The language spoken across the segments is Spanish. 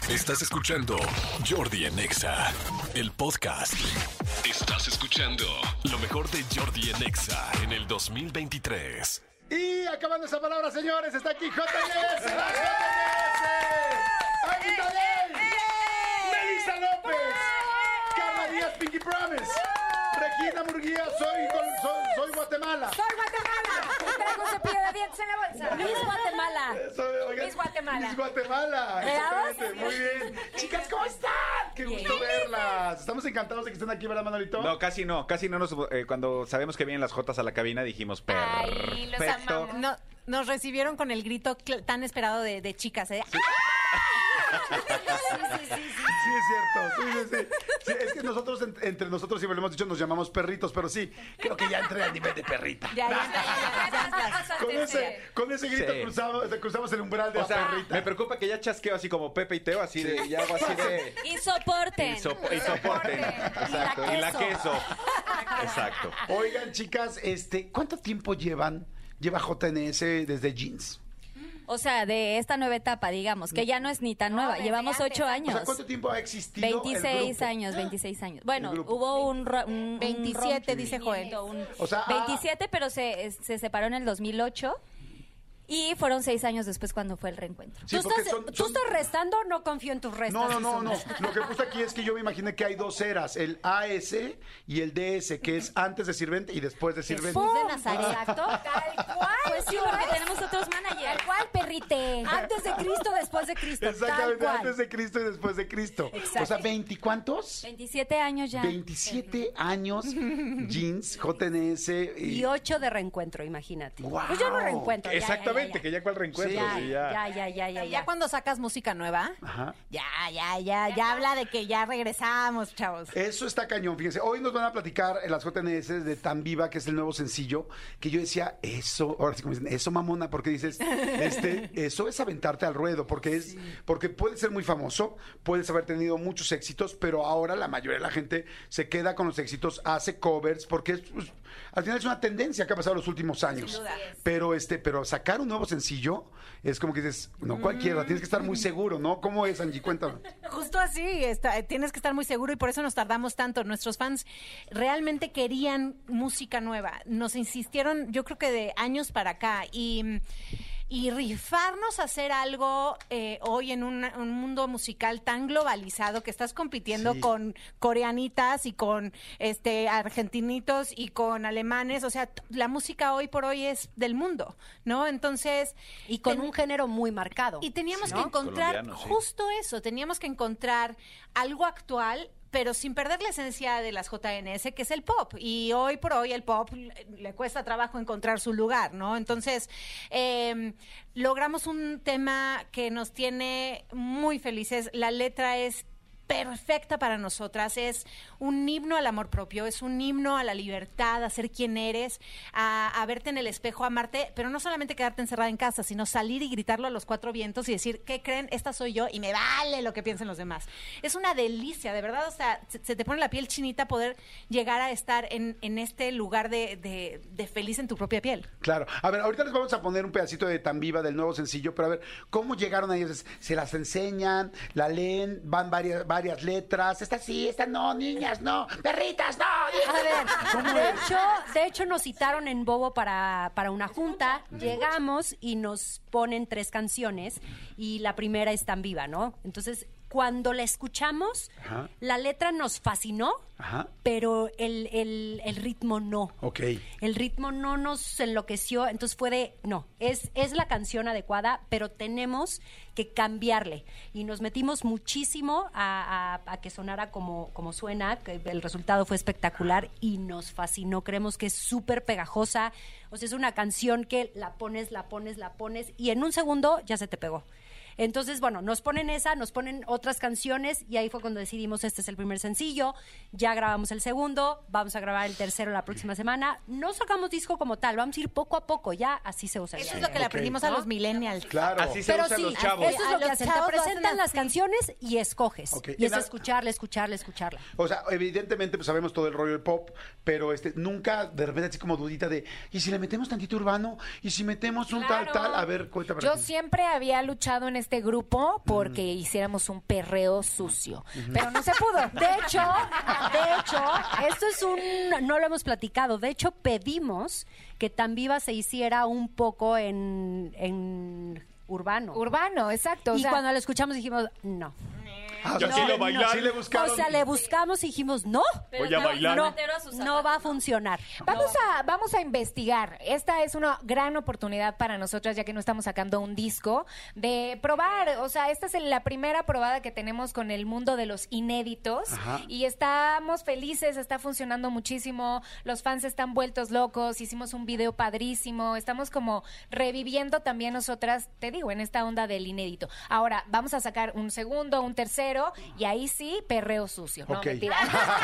Estás escuchando Jordi en Exa, el podcast. Estás escuchando lo mejor de Jordi en Exa en el 2023. Y acabando esa palabra, señores, está aquí JNS. ¡La JNS! ¡Anita Ley! ¡Melissa López! ¡Carla Díaz, Pinky Promise! ¡Regina Murguía, soy Guatemala! ¡Soy Guatemala! Traigo un cepillo de dientes en la bolsa. Miss Guatemala. Miss Guatemala. Miss Guatemala. Exactamente. Muy bien. Chicas, ¿cómo están? ¡Qué gusto verlas! Estamos encantados de que estén aquí, ¿verdad, Manolito? No, casi no nos, cuando sabemos que vienen las jotas a la cabina dijimos Ay, los perfecto. amamos. No, nos recibieron con el grito tan esperado de chicas. Sí. Sí, es cierto. Sí, es que nosotros, entre nosotros, siempre lo hemos dicho, nos llamamos perritos, pero sí, creo que ya entré al nivel de perrita. Ya estás. Con ese grito Sí. cruzamos el umbral de O la sea, perrita. me preocupa que ya chasqueo así como Pepe y Teo, así de, ya hago así de... Y soporten. Y soporten. Exacto. Y la queso. Exacto. Oigan, chicas, ¿cuánto tiempo lleva JNS desde Jeans? O sea, de esta nueva etapa, digamos, que ya no es ni tan nueva. desde Llevamos antes. 8 O años. sea, ¿cuánto tiempo ha existido 26 el años, 26 años. Bueno, El grupo. hubo un 27, dice Joel. O sea, 27, pero se separó en el 2008. Y fueron 6 años después cuando fue el reencuentro. Sí, ¿Tú porque estás restando? No confío en tus restas. No. Lo que puse aquí es que yo me imaginé que hay dos eras, el AS y el DS, que es antes de sirvente y después de sirvente. Jesús de Nazaret. Exacto. Tal cual. Pues sí, porque tenemos otros managers. Tal cual, perrite. Antes de Cristo, después de Cristo. Tal Exactamente, cual. antes de Cristo y después de Cristo. Exacto. O sea, ¿20 cuántos? 27 años ya. 27 años, Jeans, JNS Y 8 de reencuentro, imagínate. Guau. Pues yo no reencuentro. Exactamente, que ya cuál reencuentro. Sí. Sí, ya. Ya cuando sacas música nueva, Ajá. ya habla de que ya regresamos, chavos. Eso está cañón, fíjense. Hoy nos van a platicar en las JNS de Tan Viva, que es el nuevo sencillo, que yo decía, eso, ahora sí como dicen, eso mamona, porque dices, eso es aventarte al ruedo, porque puede ser muy famoso, puedes haber tenido muchos éxitos, pero ahora la mayoría de la gente se queda con los éxitos, hace covers, porque pues, al final es una tendencia que ha pasado los últimos años. Sin duda. Pero sacar un nuevo sencillo es como que dices, no cualquiera, tienes que estar muy seguro, ¿no? ¿Cómo es, Angie? Cuéntame. Justo así, tienes que estar muy seguro y por eso nos tardamos tanto. Nuestros fans realmente querían música nueva. Nos insistieron, yo creo que de años para acá. Y rifarnos a hacer algo hoy en un mundo musical tan globalizado que estás compitiendo Sí. con coreanitas y con argentinitos y con alemanes. O sea, la música hoy por hoy es del mundo, ¿no? Entonces... Y con un género muy marcado. Y teníamos ¿no? que encontrar Colombiano, sí. justo eso, teníamos que encontrar algo actual, pero sin perder la esencia de las JNS, que es el pop. Y hoy por hoy el pop le cuesta trabajo encontrar su lugar, ¿no? Entonces, logramos un tema que nos tiene muy felices. La letra es perfecta para nosotras, es un himno al amor propio, es un himno a la libertad, a ser quien eres, a verte en el espejo, a amarte, pero no solamente quedarte encerrada en casa, sino salir y gritarlo a los cuatro vientos y decir, ¿qué creen? Esta soy yo y me vale lo que piensen los demás. Es una delicia, de verdad, o sea, se te pone la piel chinita poder llegar a estar en este lugar de feliz en tu propia piel. Claro. A ver, ahorita les vamos a poner un pedacito de Tan Viva del nuevo sencillo, pero a ver, ¿cómo llegaron a ellos? ¿Se las enseñan? ¿La leen? ¿Van varias letras? ¿Esta sí? ¿Esta no? Niñas, no. Perritas, no. A ver, de hecho nos citaron en Bobo para una junta, llegamos y nos ponen 3 canciones y la primera es Tan Viva, ¿no? Entonces, cuando la escuchamos, Ajá. la letra nos fascinó, Ajá. pero el ritmo no. Ok. El ritmo no nos enloqueció, entonces es la canción adecuada, pero tenemos que cambiarle. Y nos metimos muchísimo a que sonara como suena, que el resultado fue espectacular y nos fascinó. Creemos que es súper pegajosa, o sea, es una canción que la pones y en un segundo ya se te pegó. Entonces, bueno, nos ponen otras canciones y ahí fue cuando decidimos, este es el primer sencillo, ya grabamos el segundo, vamos a grabar el tercero la próxima semana. No sacamos disco como tal, vamos a ir poco a poco, ya así se usaría. Eso es lo que le aprendimos a los millennials. Claro. Así se Pero usan sí, los chavos. eso es lo que A los hacen, te chavos lo presentan hacen las así. canciones y escoges. Ok. Y es En la- escucharla. O sea, evidentemente pues sabemos todo el rollo del pop, pero nunca de repente así como dudita de, ¿y si le metemos tantito urbano? ¿Y si metemos un Claro. tal? A ver, cuéntame. Yo siempre había luchado en este grupo porque hiciéramos un perreo sucio. Pero no se pudo. De hecho, esto es no lo hemos platicado. De hecho, pedimos que Tan Viva se hiciera un poco en urbano. Urbano, exacto. Y cuando lo escuchamos dijimos, no. Yo quiero bailar. Sí le buscaron. O sea, le buscamos y dijimos, no. Voy a bailar. No va a funcionar. Vamos a investigar. Esta es una gran oportunidad para nosotras, ya que no estamos sacando un disco, de probar. O sea, esta es la primera probada que tenemos con el mundo de los inéditos. Ajá. Y estamos felices, está funcionando muchísimo. Los fans están vueltos locos. Hicimos un video padrísimo. Estamos como reviviendo también nosotras, te digo, en esta onda del inédito. Ahora, vamos a sacar un segundo, un tercero, y ahí sí, perreo sucio. No, Ok. mentira.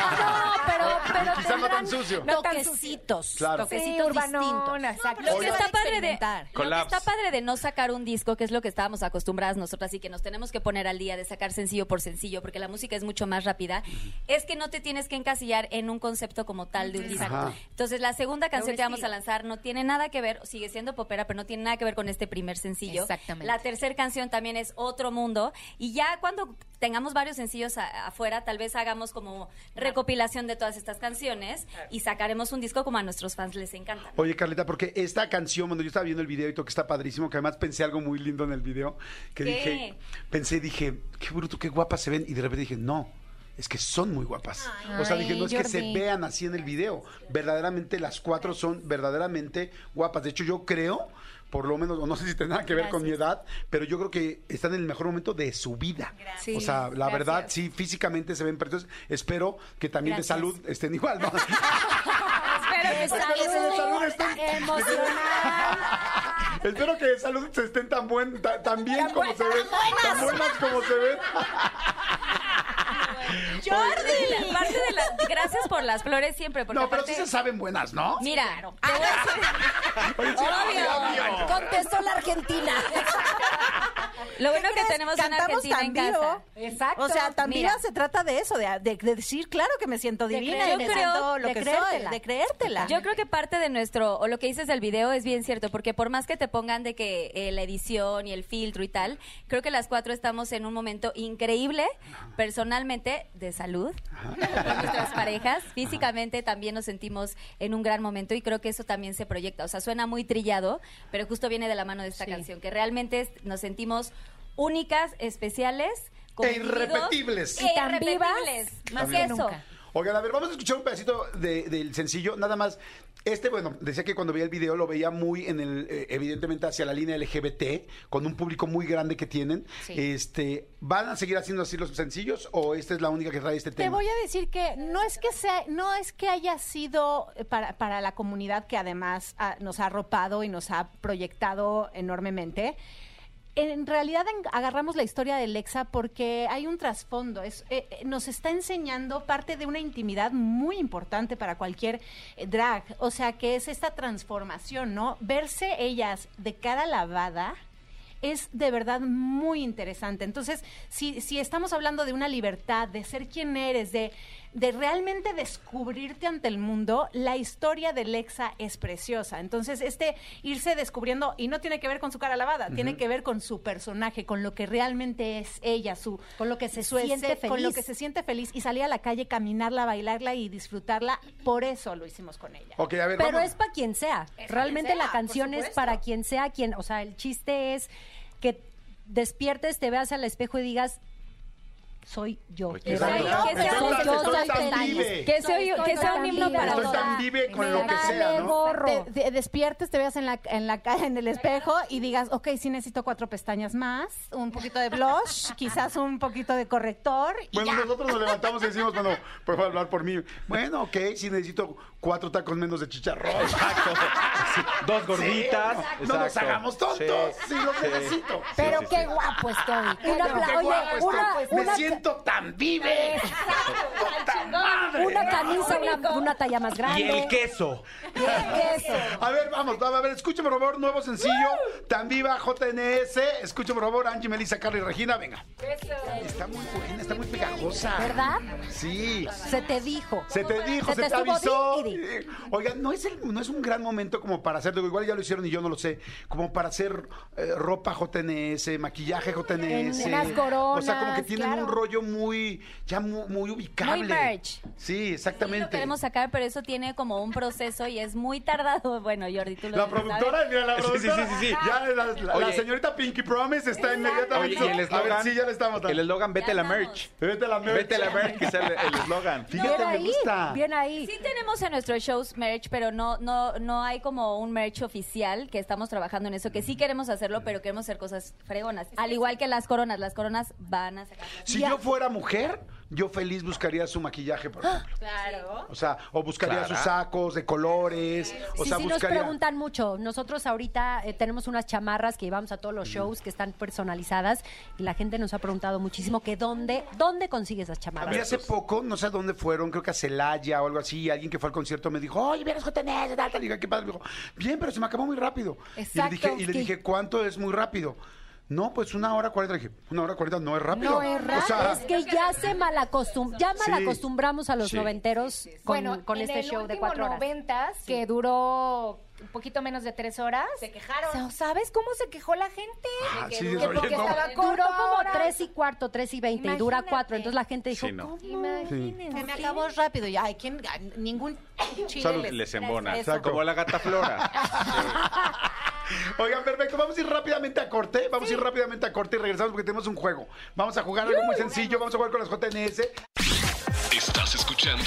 pero Quizá no tan sucio. No tan toquecitos. Claro. Toquecitos urbanón, distintos. exacto. Lo que, Oiga. está padre de, Collabs. lo que está padre de no sacar un disco, que es lo que estábamos acostumbradas nosotras y que nos tenemos que poner al día de sacar sencillo por sencillo, porque la música es mucho más rápida, es que no te tienes que encasillar en un concepto como tal de un disco. Ajá. Entonces, la segunda canción que vamos a lanzar no tiene nada que ver, sigue siendo popera, pero no tiene nada que ver con este primer sencillo. Exactamente. La tercera canción también es otro mundo, y ya cuando tengamos varios sencillos afuera, tal vez hagamos como recopilación de todas estas canciones y sacaremos un disco como a nuestros fans les encanta. Oye, Carlita, porque esta canción, cuando yo estaba viendo el video y todo, que está padrísimo, que además pensé algo muy lindo en el video, que ¿Qué? dije, qué bruto, qué guapas se ven, y de repente dije, no, es que son muy guapas. O sea, dije, no es que se Jordi. vean así en el video, verdaderamente las cuatro son verdaderamente guapas. De hecho, yo creo, por lo menos, o no sé si tiene nada que ver con mi edad, pero yo creo que están en el mejor momento de su vida. Sí, o sea, la gracias. verdad, sí, físicamente se ven perfectos. Espero que también Gracias. de salud estén igual, ¿no? Espero que salud estén- emocional. Espero que de salud se estén tan bien como se ven. Tan buenas como se ven. Jordi, parte de gracias por las flores siempre, porque No, pero sí aparte, se saben buenas, ¿no? mira, te voy a decir- Oye, sí, obvio. Contestó la Argentina. lo bueno que tenemos una Cantamos Argentina Tan en Vivo. casa. Exacto. O sea, Tan Mira. Viva se trata de eso, de decir, claro que me siento divina creer- y me yo creo- siento lo de que creértela. soy, de creértela. Yo creo que parte de nuestro, o lo que dices del video es bien cierto, porque por más que te pongan de que la edición y el filtro y tal, creo que las cuatro estamos en un momento increíble, personalmente, de salud, con nuestras parejas, físicamente también nos sentimos en un gran momento y creo que eso también se proyecta, o sea, suena muy trillado, pero justo viene de la mano de esta canción, que realmente nos sentimos únicas, especiales, como E individuos, irrepetibles. e tan vivas, irrepetibles, más Tan que vivas. eso. Nunca. Oigan, a ver, vamos a escuchar un pedacito del sencillo, nada más. Bueno, decía que cuando veía el video lo veía muy evidentemente hacia la línea LGBT, con un público muy grande que tienen. Sí. ¿Van a seguir haciendo así los sencillos o esta es la única que trae este Te tema? voy a decir que no es que haya sido para la comunidad que además nos ha arropado y nos ha proyectado enormemente. En realidad agarramos la historia de Lexa porque hay un trasfondo. Nos está enseñando parte de una intimidad muy importante para cualquier drag. O sea, que es esta transformación, ¿no? Verse ellas de cara lavada es de verdad muy interesante. Entonces, si estamos hablando de una libertad, de ser quien eres, de realmente descubrirte ante el mundo, la historia de Lexa es preciosa. Entonces, irse descubriendo, y no tiene que ver con su cara lavada, tiene que ver con su personaje, con lo que realmente es ella, Con lo que se su siente con feliz. lo que se siente feliz, y salir a la calle, caminarla, bailarla y disfrutarla. Por eso lo hicimos con ella. Ok, a ver, Pero vamos. es para quien sea. Es pa' Realmente quien sea, la por canción es supuesto. para quien sea quien. O sea, el chiste es que despiertes, te veas al espejo y digas, soy yo. Oye, De exacto. verdad, Que sea- soy yo, estoy soy tan feliz. vive. Que sea un himno para Estoy todas. tan vive con lo que Vale, sea, ¿no? gorro. Te despiertes, te veas en el espejo y digas, ok, sí necesito 4 pestañas más, un poquito de blush, quizás un poquito de corrector. Y Bueno, ya. nosotros nos levantamos y decimos, bueno, puedo hablar por mí. Bueno, ok, sí necesito 4 tacos menos de chicharrón. Exacto. Sí, 2 gorditas. Sí, no nos exacto. hagamos tontos, sí, lo necesito. Pero Sí, sí, qué sí. guapo estoy. Qué Oye, guapo estoy. una Me siento tan vive. ¡Puta madre! una camisa, una talla más grande. Y el queso. queso. A ver, vamos, a ver, escuchen por favor, nuevo sencillo, Tan Viva, JNS, escuchen por favor, Angie, Melissa, Carla y Regina, venga. Está muy buena, está muy pegajosa. ¿Verdad? Sí. Se te dijo. Se te dijo, se te estuvo avisó. di. Oigan, no es un gran momento como para hacer, igual ya lo hicieron y yo no lo sé, como para hacer ropa JNS, maquillaje JNS. Unas coronas, O sea, como que tienen claro. un rollo muy ubicable. Muy merch. Sí, exactamente. Lo queremos sacar, pero eso tiene como un proceso y es muy tardado. Bueno, Jordi, tú lo La debes productora, saber. mira, la Sí, sí, productora. sí. Ya la Oye. señorita Pinky Promise está inmediatamente. Oye, y el A ver, eslogan, sí, ya le estamos dando. el eslogan, vete Ya a la andamos. merch. Vete a la merch. Vete a la merch, que es el eslogan. Fíjate, Bien me ahí, gusta. bien ahí. Sí tenemos en nuestros shows merch, pero no hay como un merch oficial, que estamos trabajando en eso, que sí queremos hacerlo, pero queremos hacer cosas fregonas. Al igual que las coronas van a sacar. Si yo fuera mujer, yo feliz buscaría su maquillaje, por ejemplo. Claro. O sea, o buscaría Claro. sus sacos de colores. O Sí, sea, sí nos buscaría. preguntan mucho. Nosotros ahorita tenemos unas chamarras que llevamos a todos los shows que están personalizadas y la gente nos ha preguntado muchísimo que dónde consigue esas A chamarras. mí hace poco, no sé a dónde fueron, creo que a Celaya o algo así, alguien que fue al concierto me dijo, oye, vienes JNS, tal, tal. Y dije, qué padre. Me dijo, bien, pero se me acabó muy rápido. Exacto. Y le dije, ¿cuánto es muy rápido? No, pues 1:40. Le dije, 1:40 no es rápido. No es rápido. O sea, Es que ya se malacostumbramos a los Sí. noventeros con, Bueno, con en este el show de último 4 horas. 90s, que duró un poquito menos de 3 horas. Se quejaron. ¿Sabes cómo se quejó la gente? Ah, Que sí, duró- oye, porque no. estaba Duró corto como ahora. 3:15, 3:20 y dura Imagínate. 4. Entonces la gente dijo, Sí, no. ¿cómo? Imagínense. Se me acabó rápido. Y, ay, ¿quién? Ningún chile Salud. Les embona. Eso. Como la gata Flora. Oigan, perfecto. Vamos a ir rápidamente a corte. Vamos a ir rápidamente a corte y regresamos porque tenemos un juego. Vamos a jugar algo muy sencillo. Vamos a jugar con las JNS. Estás escuchando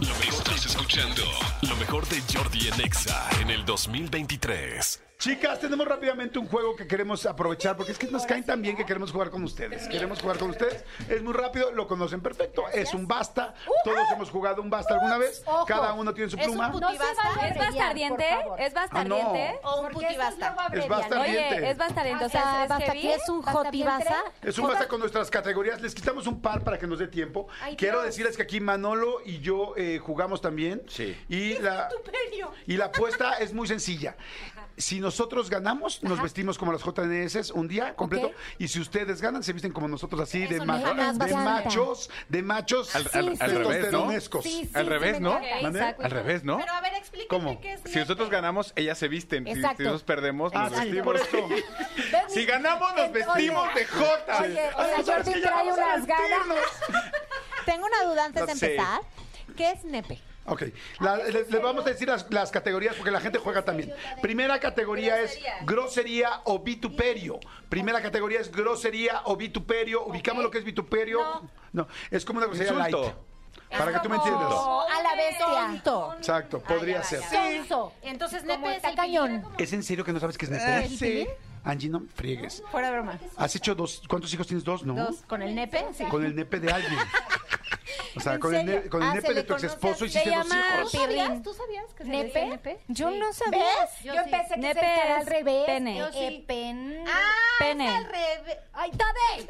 lo mejor de Jordi en Exa en el 2023. Chicas, tenemos rápidamente un juego que queremos aprovechar porque es que nos caen tan bien que queremos jugar con ustedes. Queremos jugar con ustedes. Es muy rápido, lo conocen perfecto. Es un basta. Todos hemos jugado un basta alguna vez. Ojo. Cada uno tiene su Es un pluma. puti- No se ¿Basta? vale ¿Es abreviar, bastardiente? por favor. ¿Es bastardiente? O un Porque puti esto es basta. luego Es abreviar. bastardiente. Oye, es bastardiente. O sea, ¿es ¿basta heavy? qué es un ¿Basta jotibasa? Es un basta con nuestras categorías. Les quitamos un par para que nos dé tiempo. Ay, Quiero Dios. decirles que aquí Manolo y yo jugamos también. Sí. Y la apuesta es muy sencilla. Si nosotros ganamos, nos vestimos como las JNS un día completo. Ok. Y si ustedes ganan, se visten como nosotros así de, Eso me encanta. de machos. Al revés, ¿no? testosteronescos. Al revés, ¿no? ¿Mande? Exacto. Al revés, ¿no? Pero a ver, explíqueme ¿Cómo? qué es Si nosotros nepe. ganamos, ellas se visten. Si Exacto. nosotros perdemos, nos Ah, sí, vestimos. por eso. Si ganamos, nos vestimos de Jota. Oye, Ay, o sea, ¿sabes Jordi qué? Ya trae vamos a unas ganas. vestirnos. Tengo una duda antes de No sé. empezar. ¿Qué es nepe? Ok, les vamos a decir las categorías porque la gente juega también. Primera categoría es grosería o vituperio. Primera categoría es grosería o vituperio. ¿Ubicamos lo que es vituperio? No, es como una grosería light. Insulto. Para que tú me entiendas. O a la bestia. Tonto. Exacto, podría ser. Sonso. Entonces, Como nepe es está el cañón. ¿Es en serio que no sabes qué es nepe? Sí. Angie, no me friegues. Fuera de broma. ¿Has hecho dos? ¿Cuántos hijos tienes? ¿Dos? No. Dos. ¿Con el nepe? Sí. Con el nepe de alguien. O sea, ¿En con el, serio? con el Ah, nepe se de le tu conoce exesposo así. hiciste Se dos llama hijos. pirrín. ¿Tú sabías que se le decía ¿Nepe? nepe? Yo Sí. no sabía. ¿Ves? Yo Yo sí. pensé que Nepe se estará es al revés. pene. Yo sí. Pen. Ah, Pene. es al revés. ¡Ay, Tabe!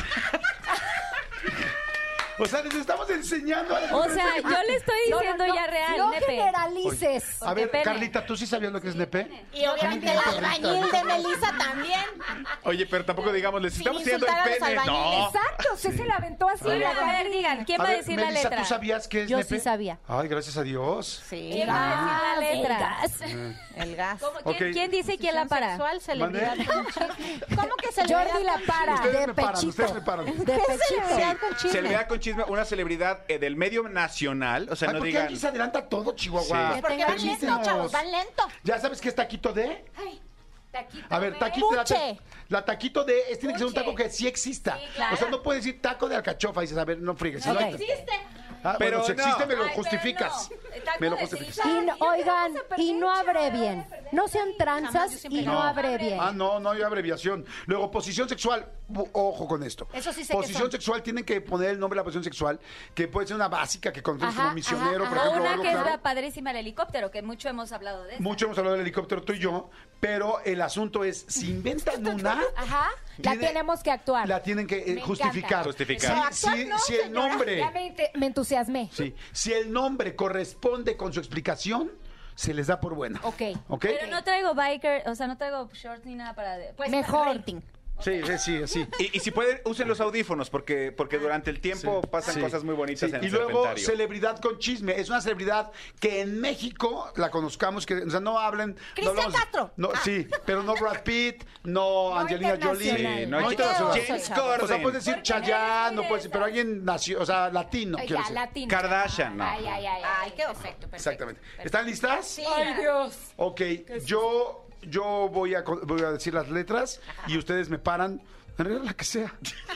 O sea, les estamos enseñando a la O gente. sea, yo le estoy diciendo ya real, No nepe. generalices. A ver, pene. Carlita, ¿tú sí sabías lo que es nepe? Y obviamente el albañil de Melissa también. Oye, pero tampoco digamos, les Sin estamos haciendo el insultar a los pene. albañiles. No. Exacto, se la aventó así. Sí, a ver, digan, ¿quién va a decir la Melissa, letra? ¿tú sabías qué es Yo nepe? sí sabía. Ay, gracias a Dios. Sí. ¿Quién va a decir la letra? El gas. ¿Cómo? Ok. ¿Quién dice y quién la para? Sexual, celebridad ¿Mande? con chisme. ¿Cómo que celebridad? Jordi la para. Ustedes De me paran, pechito. ustedes me paran. De ¿Qué pechito. celebridad con chisme? Celebridad con chisme, una celebridad del medio nacional. O sea, Ay, no ¿por qué digan. Angie se adelanta todo, Chihuahua? Sí. Porque van Permítenos. lento, chavos, van lento. ¿Ya sabes qué es taquito de? A ver, taquito Buche. la taquito de tiene que ser un taco que sí exista. O sea, no puedes decir taco de alcachofa y dices, a ver, no friegues. Ok. Ah, Pero bueno, si no. existe me lo Ay, pero justificas. no. Taco Me lo de justificas. Y no- oigan, y no abrevien. No sean tranzas y no abrevien. Ah, no hay abreviación. Luego, posición sexual. Ojo con esto. Eso sí sé que Posición son. sexual, tienen que poner el nombre de la posición sexual, que puede ser una básica que conoces Ajá, como misionero, ajá, por ajá. O ejemplo. una algo que es claro. la padrísima, el helicóptero, que mucho hemos hablado de eso. Mucho hemos hablado del helicóptero tú y yo, pero el asunto es, si inventan una, Ajá. La tiene- tenemos que actuar. la tienen que encanta. justificar. Justificar. Si el nombre, Ya me entusiasmé. sí, si el nombre corresponde con su explicación, se les da por buena. Ok. ¿Ok? Pero no traigo biker, o sea, no traigo shorts ni nada para... Pues Mejor. rating. Sí. Y si pueden, usen los audífonos, porque durante el tiempo pasan Sí. cosas muy bonitas Sí. en Y el luego, serpentario. celebridad con chisme. Es una celebridad que en México la conozcamos, que, o sea, no hablen... Cristian no hablamos- Castro. No, sí, pero no Brad Pitt, no Angelina Jolie. internacional. Sí, no, no aquí- internacional. James O sea, Corden. puedes decir Chayanne, no puedes decir, pero alguien nació, o sea, latino, quiero Ya, decir. latino. Kardashian, no. Ay. Ay, qué perfecto. Exactamente. ¿Están listas? Sí. Ay, Dios. Ok, yo voy a decir las letras y ustedes me paran, en realidad la que sea.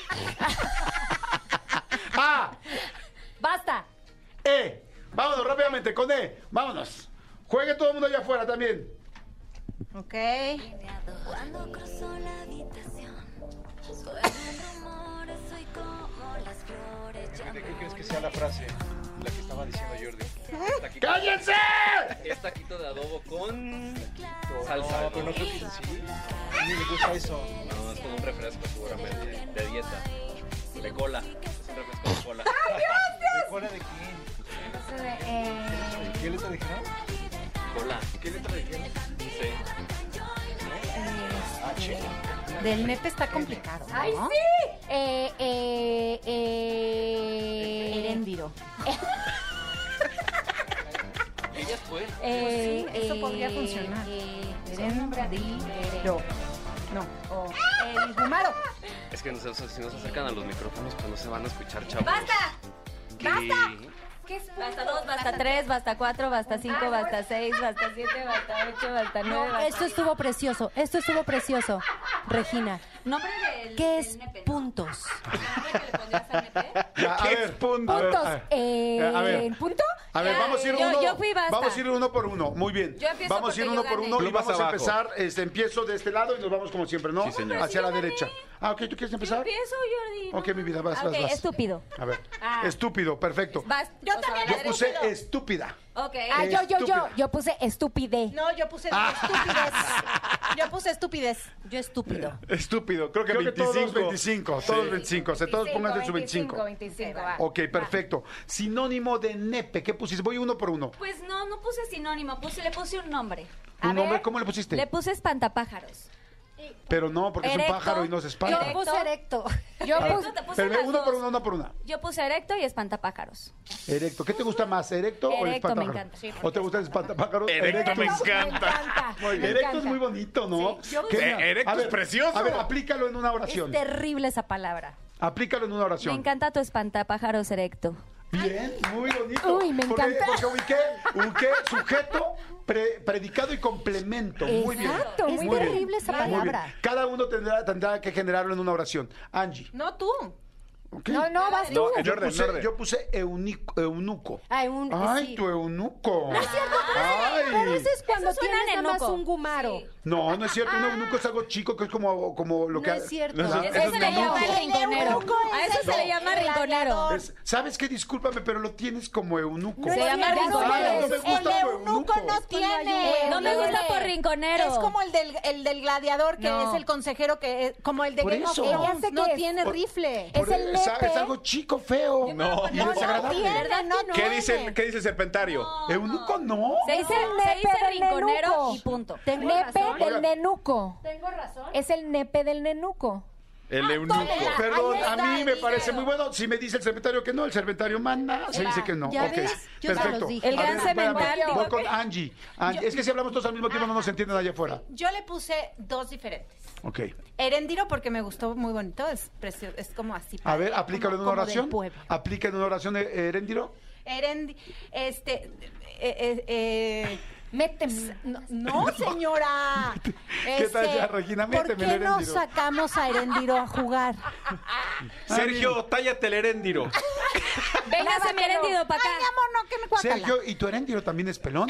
A, Basta. E. Vámonos rápidamente con E. Vámonos. Juegue todo el mundo allá afuera también. Ok. Cuando cruzo la habitación, suenan rumores, soy como las flores. ¿De qué crees que sea la frase? La que estaba diciendo Jordi. ¡Cállense! Es taquito de adobo con No, salsa. pero no creo que sea así. A mí me gusta eso. No, es como un refresco seguramente. De dieta. De cola. Es un refresco de cola. ¿De cola de quién? ¿Qué letra dijeron? Cola. ¿Qué letra dijeron? Sí. H. Del nepe está complicado. ¿no? ¡Ay, sí! Heréndiro. Ella fue. Sí, eso podría funcionar. Heréndiro. No. O el gumaro. Es que si no se acercan a los micrófonos, pues no se van a escuchar, chavos. ¡Basta! ¿Qué? ¿Qué es? Basta 2, basta 3, basta 4, basta 5, basta 6, basta 7, basta 8, basta 9, basta... Esto estuvo precioso, Regina. ¿Nombre del ¿Qué del es nepe? puntos? ¿Nombre que le pondrías al nepe? Ya, a ver, Puntos. a ver. ¿Punto? A ver, vamos a ir Yo fui basta. Vamos a ir uno por uno. Muy bien. Yo empiezo Vamos a ir porque uno yo por gané. uno y Tú vas vamos a abajo. empezar. Empiezo de este lado y nos vamos como siempre, ¿no? Sí, señor. Hacia la yo gané. derecha. Ah, ok, ¿tú quieres Yo empezar? empiezo, Jordi. ¿no? Ok, mi vida, vas. Ok, estúpido. A ver, estúpido, perfecto. Vas, Yo o sea, también Yo vas- puse estúpida. Ok. Ah, Estúpida. yo puse estupidez. No, yo puse estupidez. Yo puse estupidez. Yo estúpido. Estúpido, creo que Creo que 25. todos 25, todos 25. O sea, todos pónganse su 25. 25, va. Ok, perfecto. Sinónimo de nepe, ¿qué pusiste? Voy uno por uno. Pues no puse sinónimo, le puse un nombre. ¿Un nombre? ¿Cómo le pusiste? Le puse espantapájaros. Pero no, porque es un Erecto. pájaro y no se espanta. Yo puse erecto. Yo A ver, puse... te puse pero las uno por dos. uno, una por una. Yo puse erecto y espantapájaros. Erecto. ¿Qué te gusta más, erecto o el Erecto, me espantapájaro? encanta. Sí, ¿O te gusta el espantapájaro? Erecto me encanta. Me encanta. Muy bien. me Erecto es encanta. muy bonito, ¿no? yo ¿Qué? puse- erecto A ver, es precioso. A ver, aplícalo en una Es oración. terrible esa palabra. Aplícalo en una Me oración. encanta tu espantapájaros erecto. Bien, muy bonito. Uy, me Porque- encanta. Porque ubiqué sujeto, predicado y complemento. Muy bien. Exacto, Es muy Muy bien. terrible esa Muy bien. palabra. Cada uno tendrá que generarlo en una oración. Angie. No tú. ¿ok? No, vas tú. No, en Yo orden, puse, en orden. yo puse eunuco. Ay, Ay, sí. tu eunuco. Pero Ay. eso es cuando Eso suena tienes nada más nenuco. un gumaro. Sí. No, no es cierto. Un eunuco es algo chico que es como lo que. No es cierto. No, Eso Eso es se le llama eunuco. rinconero. A eso se le llama rinconero. ¿Sabes qué? Discúlpame, pero lo tienes como eunuco. Se llama Ah, rinconero. no me gusta El tu eunuco no tiene. No me gusta por rinconero. Es como el del gladiador, que No. es el consejero, que es como el de Por Game of eso. Thrones. Ya sé No qué es. tiene rifle. Es el nepe. Es algo chico, feo. No. Y desagradable. ¿Verdad? No ¿Qué dice el serpentario? Eunuco no. Se dice nepe del rinconero nenuco. y punto. Tengo Nepe razón. del nenuco. Tengo razón. Es el nepe del nenuco. El eunuco. Perdón, Ahí a está mí el me parece video. muy bueno. Si me dice el serpentario que no, el serpentario manda, se dice que no. ¿Ya Ok, ves? Yo se perfecto. los dije. El A gran ver, espérame, cemental, Voy digo con que- Angie. Es que si hablamos todos al mismo tiempo no nos entienden allá afuera. Yo le puse dos diferentes. Ok. Heréndiro porque me gustó muy bonito, es precioso, es como así. A ver, padre, aplícalo en como- una como del oración. pueblo. Aplica en una oración, Heréndiro. Méteme. No, señora. ¿Qué tal ya, Regina? ¿Por Méteme qué el no Heréndiro. sacamos a Heréndiro a jugar? Sergio, tállate el heréndiro. Véngase, mi herendido, para acá. Ay, mi amor, no, que me cuácala. Sergio, ¿y tu Heréndiro también es pelón?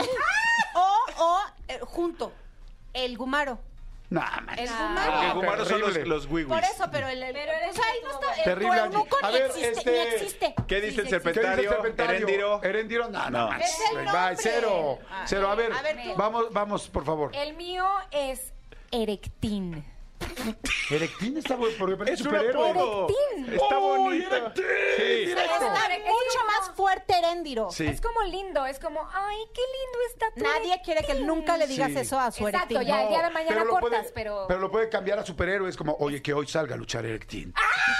Junto, el gumaro. No, man. El Porque gumaro. Gumaro son terrible. los wiwis. Por eso, pero el pues ahí no está. Terrible, El eunuco Angie. A ni ver, existe, ni existe. ¿Qué dice el ¿Qué serpentario? dice el serpentario? Heréndiro. Heréndiro, no, No. no. Es el Bye, nombre. cero. Ah, Cero, a ver, tú. vamos, por favor. El mío es erectín. Erectín está bueno, porque parece Es un superhéroe. apodo. Erectín. Está ¡Oh, bonito. Erectín! Sí. Directo. Está mucho más fuerte Eréndiro. Sí. Es como lindo, es como, ay, qué lindo está tu Nadie quiere que nunca le digas Sí. eso a su Exacto, erectín. ya el día de mañana Pero lo cortas, puede, pero... pero lo puede cambiar a superhéroes como, oye, que hoy salga a luchar Erectín.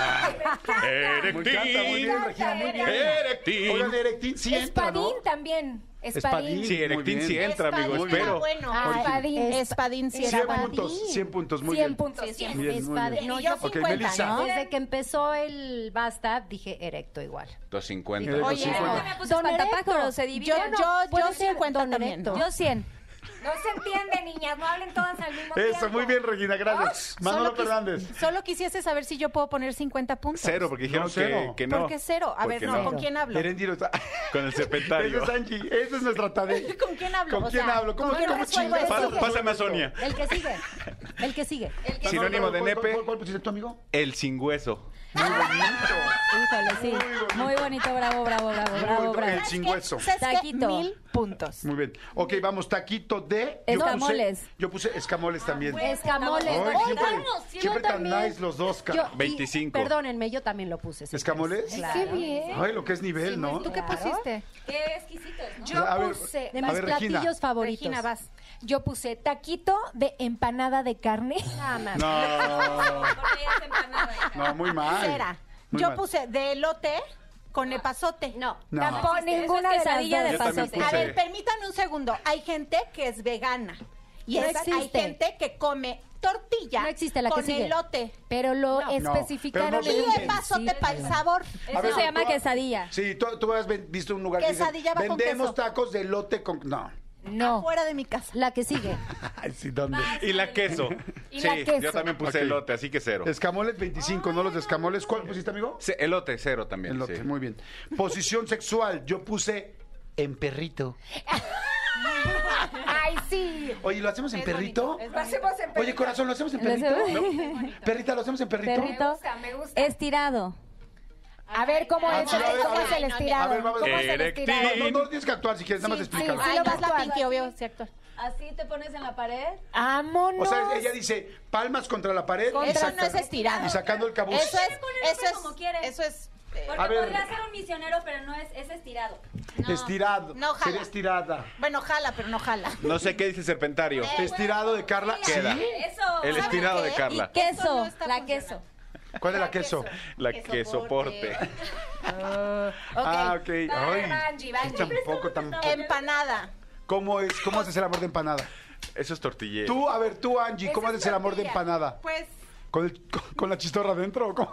Me encanta, muy bien, Regina, muy bien. Erectín. Oigan, Erectín sí entra, ¿no? Espadín también. Espadín. Sí, Erectín Muy sí bien. entra, amigo, Espadín espero. era bueno. Ay, Espadín. Espadín. Espadín sí 100 era bueno. puntos, 100 puntos, muy 100 bien. puntos. Sí, sí. Muy bien, muy bien. No, Y yo yo Ok, 50, Melissa. ¿no? Desde que empezó el Basta, dije erecto igual. 250. Erecto Oye, 50. Yo me puse Don espantapájaros, Erecto. se divide. Yo puede ser 50 don también. Erecto. Yo 100. No se entiende, niñas, no hablen todas al mismo tiempo. Eso, muy bien, Regina, gracias. Manolo Fernández. Solo quisiese saber si yo puedo poner 50 puntos. Cero, porque dijeron No, cero. que no. ¿Por qué cero? A ver, Porque no, ¿con quién hablo? Eréndiro está... Con el serpentario. Ese es Angie, esa es nuestra tarea. ¿Con quién hablo? ¿Con O quién sea, hablo? ¿Cómo, ¿con quién cómo resuelvo chingas? esto? Pásame a Sonia. El que sigue. El que sigue. Sinónimo de ¿Cuál- nepe, ¿Cuál pusiste tu amigo? el sin hueso. Muy bonito. Híjole, sí. Muy bonito, bravo, bravo, bravo, Muy bravo, bonito, bravo. el sin hueso. ¿Sabes qué? Taquito. 1000 puntos. Muy bien. Ok, vamos, taquito de... Escamoles. Yo puse escamoles también. Escamoles. Ay, Ay, siempre vamos, siempre yo tan también. nice los dos. Yo- y 25. Perdónenme, yo también lo puse. señores. ¿Escamoles? Claro. Qué bien. Ay, lo que es nivel, ¿no? ¿Tú qué pusiste? Qué exquisitos, ¿no? Yo A ver, puse... De A mis ver, Regina. platillos favoritos. Regina, vas. Yo puse taquito de empanada de carne. Nada más. No, Porque ella es empanada. no, muy mal. Cera. Muy Yo mal. puse de elote con epazote. No. No. Tampoco existe, ninguna eso de es las quesadilla dos. de Yo también pasote. A puse- ver, permítanme un segundo. Hay gente que es vegana. Y No hay existe. gente que come tortilla No existe la que con sigue. elote. Pero lo No. especificaron pero no Y en venden. el epazote para el sabor. A ver, Eso se llama tú- quesadilla. Sí, tú has visto un lugar que dice, Quesadilla va con vendemos queso. tacos de elote con... No. No. Fuera de mi casa. La que sigue. Ay, sí, ¿dónde? Y la queso. Y Sí, la queso. yo también puse Ok. elote, así que cero. Escamoles 25, ¿no? Los de escamoles. ¿Cuál pusiste, amigo? Sí, elote, cero también. Elote, sí. muy bien. Posición sexual, yo puse en perrito. Ay, sí. Oye, ¿lo hacemos en perrito? Lo hacemos en perrito. Oye, corazón, ¿lo hacemos en Lo perrito? hacemos- ¿No? Perrita, ¿lo hacemos en perrito? Perrito. Me gusta. Estirado. A ver, ¿cómo Ah, es, sí, a ver, cómo a es ver. el estirado? A ver, vamos a ¿Cómo es el Erectil. estirado? No tienes que actuar si quieres, nada más explícalo. sí, Ay, lo vas la actual. Pinky, obvio, sí, actor. Así te pones en la pared. ¡Vámonos! O sea, ella dice palmas contra la pared y, Eso no es estirado. y sacando el cabuz. Eso es, como quieres. eso es. Porque A ver. podría ser un misionero, pero no es estirado. Estirado. No, jala. Sería estirada. Bueno, jala, pero no jala. No sé qué dice serpentario. Estirado de Carla. Queda. ¿Sí? Eso. El estirado de Carla. Eso Queso. no está La funcionando. queso. ¿Cuál es la queso? La Que que soporte. Ah, ok. Ay, Banji, Banji. tampoco, tampoco. Empanada. ¿Cómo es? ¿Cómo haces el amor de empanada? Eso es tortillero. Tú, a ver, tú, Angie, ¿cómo Esa haces es el amor de tortilla. empanada? Pues, ¿Con la chistorra adentro o cómo?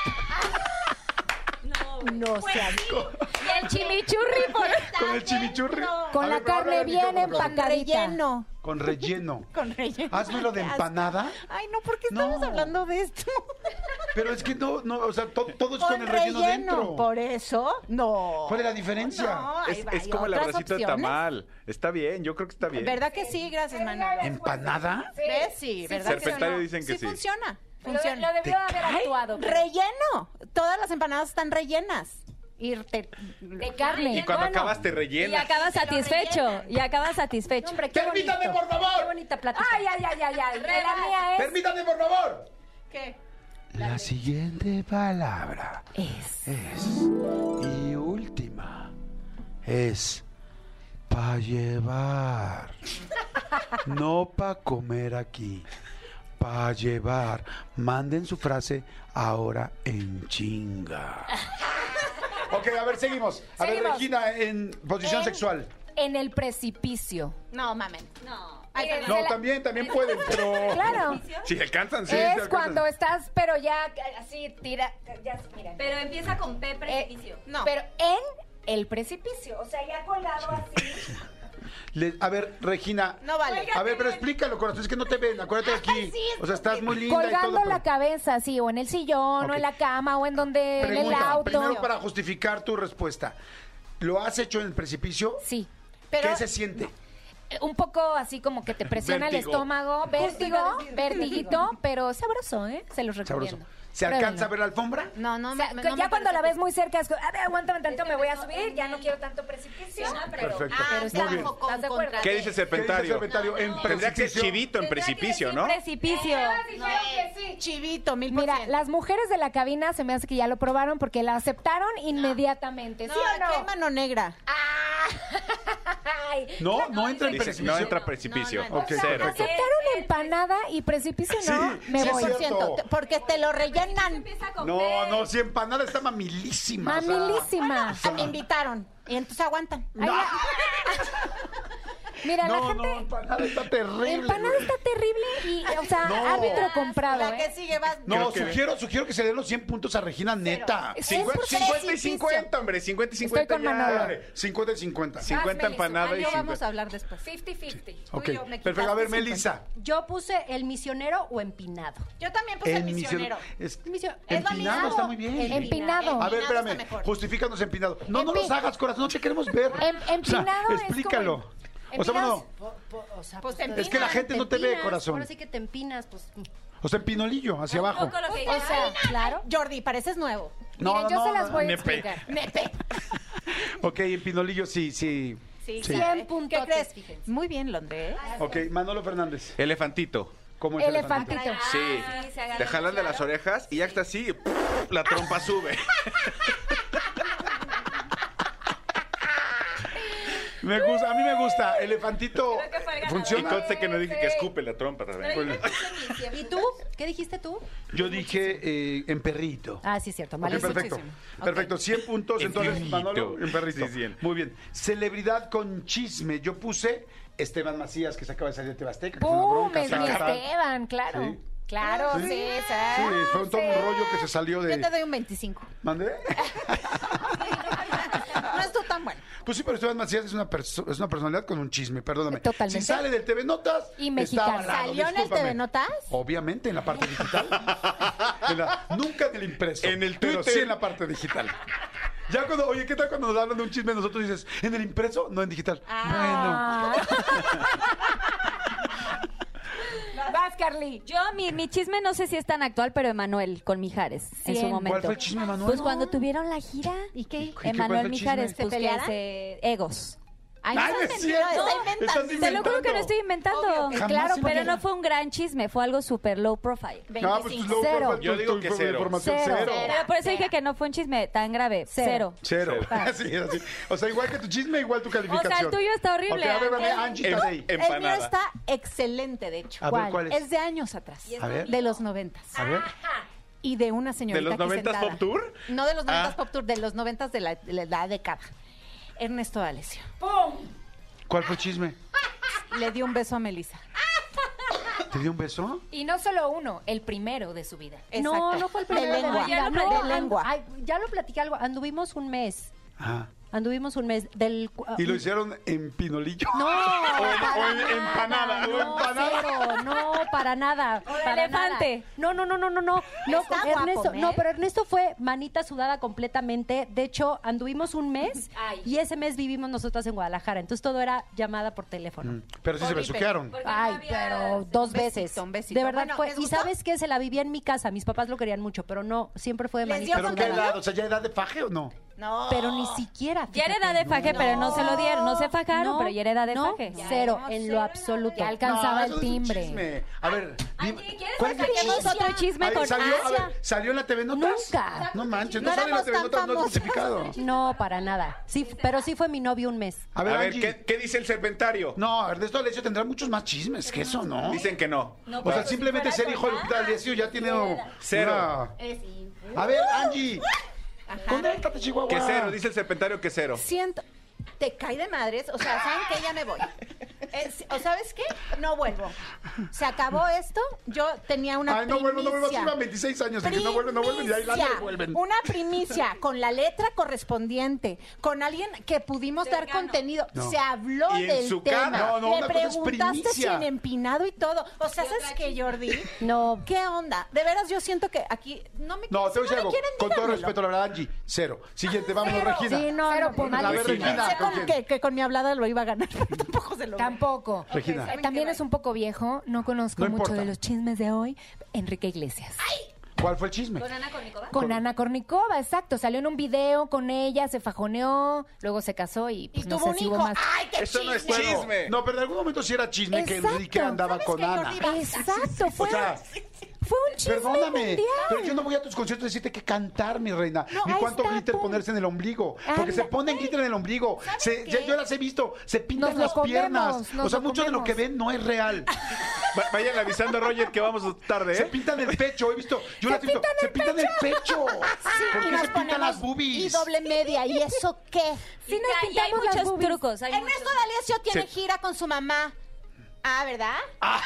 No sean. Y el chimichurri ¿Con el chimichurri? Con A la ver, pero carne háblale al bien micrófono, con empacadita. relleno. Con relleno. Con relleno. Hazme lo de Qué asco. empanada. Ay, no, ¿por qué No. estamos hablando de esto? Pero es que no, o sea, todo es con el relleno dentro. Por eso, no. ¿Cuál es la diferencia? No, ahí Es, va, es hay como el otras abracito de opciones. tamal. Está bien, yo creo que está bien. ¿Verdad que sí? Gracias, Manolo. ¿Empanada? ¿Ves? Sí, ¿verdad que Serpentario no? dicen que sí. funciona. Lo Funciona. debió haber actuado. Relleno. Todas las empanadas están rellenas. De carne. Y cuando Bueno. acabas te Y rellenas. acabas satisfecho. Y acabas satisfecho. Hombre, qué ¡Permítame, bonito. por favor! Qué bonita plática. Ay, ay, ay, ay, ay. La mía es... ¡Permítame, por favor! ¿Qué? La siguiente palabra Es. y última es pa' llevar. No pa' comer aquí. Pa' llevar. Manden su frase ahora en chinga. Ok, a ver, seguimos. A ver, Seguimos. Regina, en posición En- sexual. En el precipicio. No, mamen. No. Ay, Eh, No, la- también pueden, pero... Claro. Si alcanzan, sí. Es sí alcanzan. cuando estás, pero ya así tira. Ya, mira. Pero empieza con P precipicio. No. Pero en el precipicio. O sea, ya colgado así. A ver, Regina. No vale. A ver, pero explícalo, corazón, es que no te ven, acuérdate de aquí. O sea, estás muy linda y Colgando todo. la cabeza, sí, o en el sillón, Ok. o en la cama, o en donde, en el Pregunta, auto. primero para justificar tu respuesta. ¿Lo has hecho en el precipicio? Sí. Pero ¿Qué se siente? Un poco así como que te presiona el Vértigo. estómago, vértigo, vertiguito, pero sabroso, ¿eh? Se los recomiendo. Sabroso. ¿Se alcanza a ver la alfombra? No, no, O sea, no ya me cuando la parece ves muy cerca, es como, a ver, aguántame tantito, me voy a subir, ya no quiero tanto precipicio. Perfecto. pero Muy bien. bajo ¿Estás de acuerdo? contra ¿Qué de- dice el ¿Qué dice el serpentario? serpentario? En Tendría que ser precipicio. chivito en precipicio, ¿no? Precipicio. Chivito, 1000%. Mira, las mujeres de la cabina se me hace que ya lo probaron porque la aceptaron inmediatamente. No, ¿Sí o aquí hay no? mano negra. Ay, No, no entra en Dice, precipicio. no entra precipicio. No, no, no. Ok, Cero. perfecto. aceptaron empanada y precipicio no, Sí, me sí, voy. es cierto. Porque te lo rellenan. No, si empanada está mamilísima. o sea. Mamilísima. Me invitaron. Y entonces aguantan. Ay, la- Mira, la No, gente... empanada está terrible. Empanada güey. está terrible y, o sea, No. árbitro comprado, La que ¿eh? sigue vas. No, Creo que- sugiero que se den los 100 puntos a Regina, neta. 50 y 50, hombre. 50 y 50 Estoy con ya. Manolo. 50 y 50. 50 empanadas y Yo vamos 50. a hablar después. 50-50. Ok, yo, me perfecto. A ver, quitaste Melissa. Yo puse el misionero o empinado. Yo también puse el misionero. Misio- Empinado mismo. está muy bien. Empinado. A ver, Empinado está espérame. mejor. Justifícanos empinado. No nos hagas, corazón. No te queremos ver. Empinado es como explícalo. el- O sea, bueno, Pues te es que la gente no te ve, empinas, corazón. Ahora sí que te empinas, pues. O sea, en pinolillo, hacia abajo. Un poco lo que O sea, Claro. Jordi, pareces nuevo. miren, yo se las voy a nepe. explicar. Ok, en pinolillo sí. Sí, Sí. 100 puntos. ¿Qué crees? Muy bien, Londres. Ok, Manolo Fernández. Elefantito. ¿Cómo es Elefantito. Sí. se agarra Te jalan de las orejas y ya está así, la trompa sube. Me gusta, a mí me gusta. Elefantito Y funciona. conste que no dije que escupe la trompa también. ¿Y tú? ¿Qué dijiste tú? Yo dije en perrito. Ah, sí, es cierto. Ok, Vale, perfecto. Perfecto, 100 puntos. En Entonces, perrito. Manolo, en perrito. Sí, 100. Muy bien. Celebridad con chisme. Yo puse Esteban Macías, que se acaba de salir de Tebasteca. que fue una ¡Pum! bronca, Es mi saca- Esteban, claro. Sí. Claro, Sí. sí, Sí, fue todo un rollo que se salió Yo te de... doy un 25. ¿Mandé? No estuvo tan bueno. Pues sí, pero Esteban Macías es una personalidad con un chisme, perdóname. Totalmente. Si sale del TV Notas, Y mexicano. está avalado, ¿Salió en el discúlpame. TV Notas? Obviamente, en la parte digital. Nunca en el impreso. En el pero Twitter. sí en la parte digital. Ya cuando, oye, ¿qué tal cuando nos hablan de un chisme nosotros dices, en el impreso, no en digital? Ah. Vas, Carly. Yo, mi chisme no sé si es tan actual, pero Emanuel con Mijares en su 100. momento. ¿Cuál fue el chisme, Manuel? Pues cuando tuvieron la gira. ¿Y qué? cuál fue Emanuel el Mijares, chisme? pues ¿Se que pelearon? egos. Ay, Ay, no no es es cierto. mentira, está inventando. Estás Te lo juro que no estoy Obvio inventando. que Jamás Claro, se pero imagina. no fue un gran chisme, fue algo súper low profile. Ah, pues 25. luego, Cero. ¿cuál fue Yo digo tu que cero. información? Cero. Cero. Pero por eso dije que no fue un chisme tan grave. Cero. Cero. Así, así. O sea, igual que tu chisme, igual tu calificación. el tuyo está horrible, Ok, a ver, dame Ángel. Angie Tadei. El mío Empanada. está excelente, de hecho. A ver, ¿cuál es? Es de años atrás. A ver. De los 90. A ver. Y de una señorita ¿De los aquí 90s sentada. Pop Tour? No de los 90s Ah. Pop Tour, de los 90s de la década. Ernesto D'Alessio. ¿Cuál fue el chisme? Le dio un beso a Melissa. ¿Te dio un beso? Y no solo uno, el primero de su vida. No, Exacto. no fue el De primero de lengua. mi vida. De No, lengua. Ay, ya lo platiqué algo. Anduvimos un mes. Ajá. Anduvimos un mes del... ¿Y lo hicieron en pinolillo? No, o en empanada, o no, empanada. cero, no, para nada. Para elefante. nada. No, Está con Ernesto, guapo, ¿eh? no, pero Ernesto fue manita sudada completamente. De hecho, anduvimos un mes y ese mes vivimos nosotras en Guadalajara. Entonces todo era llamada por teléfono. Pero sí se Oye, besuquearon. Ay, pero dos veces. un besito. De verdad Bueno, fue. ¿les Y gustó? sabes qué, se la vivía en mi casa. Mis papás lo querían mucho, pero no, siempre fue de ¿Les manita dio ¿Pero qué sudada. edad? O sea, ¿ya edad de faje o no? No. Pero ni siquiera. Ya era fíjate. edad de faje, pero no se lo dieron. No se fajaron, No, pero ya era edad de no, faje. Cero, No, en cero lo en absoluto. Ya alcanzaba No, el eso es un timbre. chisme. A ver, dime, ¿quieres ¿cuál es el saquemos chisme? otro chisme Ay, con ¿salió, a Asia? ver, ¿salió en la TV Notas? Nunca. No manches, No no sale en la éramos TV tan Notas, no es famosos. justificado. No, para nada. Sí, pero sí fue mi novio un mes. A ver, A ver, Angie. ¿qué dice el serpentario? No, Ernesto D'Alessio tendrá muchos más chismes que eso, ¿no? Dicen que no. O sea, simplemente ser hijo de Lupita D'Alessio ya tiene Cero. una- A ver, Angie. Conéctate, Chihuahua. Que cero, dice el serpentario que cero. Siento... Te cae de madres, o sea, ¿saben qué? Ya me voy. ¿O sabes qué? No vuelvo. Se acabó esto, yo tenía una Ay, no vuelvo, no vuelvo. Así primicia. iban 26 años de que no vuelven, y ahí la Primicia. vuelven. Una primicia con la letra correspondiente, con alguien que pudimos dar contenido. No. Se habló Y en del su tema. cara. No, no, Le una cosa es preguntaste si primicia. en empinado y todo. O sea, ¿sabes qué, Jordi? No. ¿Qué onda? De veras, yo siento que aquí no me No, te voy a decir si me algo. quieren, Con todo díganmelo. respeto, la verdad, Angie, cero. Siguiente, vámonos, Regina. Sí, no, Cero no, puntos. A ver, Regina. Regina. Pensé ¿con con quién? que con mi hablada lo iba a ganar, pero tampoco se lo Tampoco. Regina. También es un poco viejo, no conozco No mucho importa. de los chismes de hoy. Enrique Iglesias. ¿Cuál fue el chisme? ¿Con Ana Kournikova? Con Ana Kournikova, exacto. Salió en un video con ella, se fajoneó, luego se casó y pues Y no tuvo sé un si hijo. hubo más. ¡Ay, qué Eso no es chisme! chisme. No, pero en algún momento sí era chisme que Exacto. Enrique andaba ¿Sabes con que Ana. Jordi va- Exacto, fue, O sea, fue un chisme perdóname, mundial. pero yo no voy a tus conciertos a decirte que cantar, mi reina. No, Ni ahí cuánto está, glitter pum. ponerse en el ombligo. Porque se Anda. ponen glitter en el ombligo. Yo las he visto. Se pintan Nos lo las piernas. comemos, nos O sea, lo mucho de lo comemos. que ven no es real. Vayan avisando a Roger que vamos tarde, Se ¿eh? pintan el pecho. He visto. Yo las he visto. Se pintan el pecho. ¿Por Y qué nos se pintan las ponemos boobies? Y doble media, ¿y eso qué? Sí, nos Y hay pintamos las muchos boobies. trucos. Hay Ernesto muchos- D'Alessio tiene Sí. gira con su mamá. Ah, ¿verdad?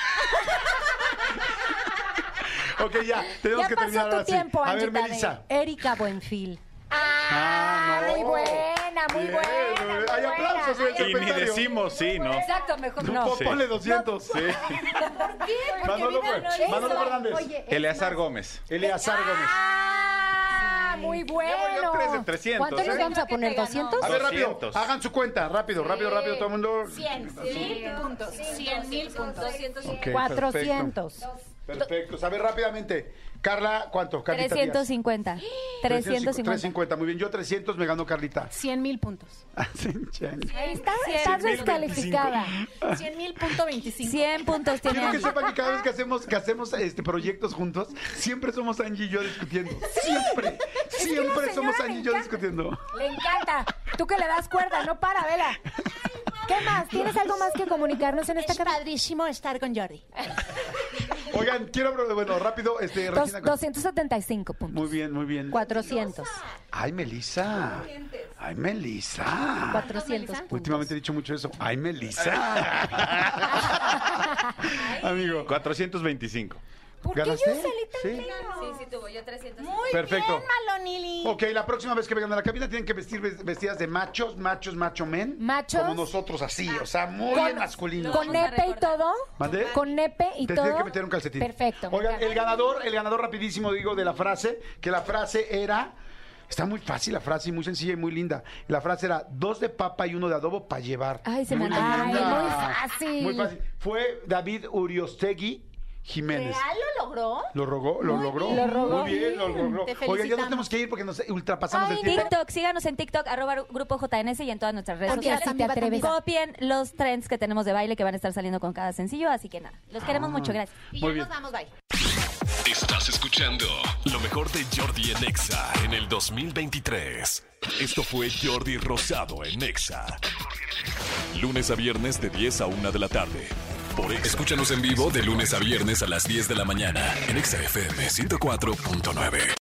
Ok, ya. Tenemos Ya que pasó terminar tu ahora sí. tiempo, A ver, Angie Tadei. Melissa. Erika Buenfil. Ah, no. Muy buena, muy Bien, buena. hay muy aplausos, buena. el Y ni secretario. decimos sí, ¿no? Exacto, mejor no. No, ponle 200. Sí. Manolo, Manolo Fernández. Eleazar Gómez. Eleazar Gómez. Ah, muy bueno. Llevo yo 3 de 300. ¿Cuánto les ¿eh? vamos a poner? ¿200? A ver, rápido. 200. Hagan su cuenta. Rápido, rápido, rápido. Todo el mundo. 100,000 puntos. 100,000 puntos. Ok, 400. Perfecto. A ver, rápidamente. Carla, ¿cuánto? Carlita 350. Díaz. 350. 350. Muy bien. Yo 300 me ganó Carlita. 100,000 puntos. Ahí está, estás descalificada. 100,000.25. 100 puntos tiene Quiero que Angie. sepan que cada vez que hacemos proyectos juntos, siempre somos Angie y yo discutiendo. Siempre. Siempre la somos señora Angie le y yo encanta. discutiendo. Le encanta. Tú que le das cuerda, no para, vela. ¿Qué más? ¿Tienes algo más que comunicarnos en esta Es carrera? padrísimo estar con Jordi. Oigan, quiero, bueno, rápido, Regina. 275 puntos. Muy bien, muy bien. 400. Ay, Melissa. Ay, Melissa. 400 puntos. Últimamente he dicho mucho eso. Ay, Melissa. Amigo. 425. ¿Por qué yo ¿Ganaste? salí tan Sí. lejos? Sí, tuvo yo 300. Muy Perfecto. bien, Malonili. Ok, la próxima vez que vengan a la cabina tienen que vestir vestidas de macho men. ¿Machos? Como nosotros, así, o sea, muy masculinos. ¿Con nepe y todo? ¿Mandé? ¿Con nepe y Te todo? tienen que meter un calcetín. Perfecto. me Oigan, encanta. el ganador rapidísimo, digo, de la frase, que la frase era... Está muy fácil la frase y muy sencilla y muy linda. La frase era 2 de papa y 1 de adobo para llevar. Ay, se me Muy antojó. linda. Ay, muy fácil. Muy fácil. Fue David Uriostegui Jiménez. ¿Real lo logró? ¿Lo rogó? ¿Lo logró? bien. Lo rogó. Muy bien, lo logró. Te Oigan, ya nos felicitamos. tenemos que ir porque nos ultrapasamos el Ay, tiempo. TikTok, síganos en TikTok, ¡Grupo JNS y en todas nuestras redes Porque sociales. así te atreves. Copien los trends que tenemos de baile que van a estar saliendo con cada sencillo, así que nada, los queremos mucho, gracias. Y Muy ya bien. nos vamos, bye. Estás escuchando lo mejor de Jordi en Exa en el 2023. Esto fue Jordi Rosado en Exa. Lunes a viernes de 10 a 1 de la tarde. Por Exa. Escúchanos en vivo de lunes a viernes a las 10 de la mañana en Exa FM 104.9.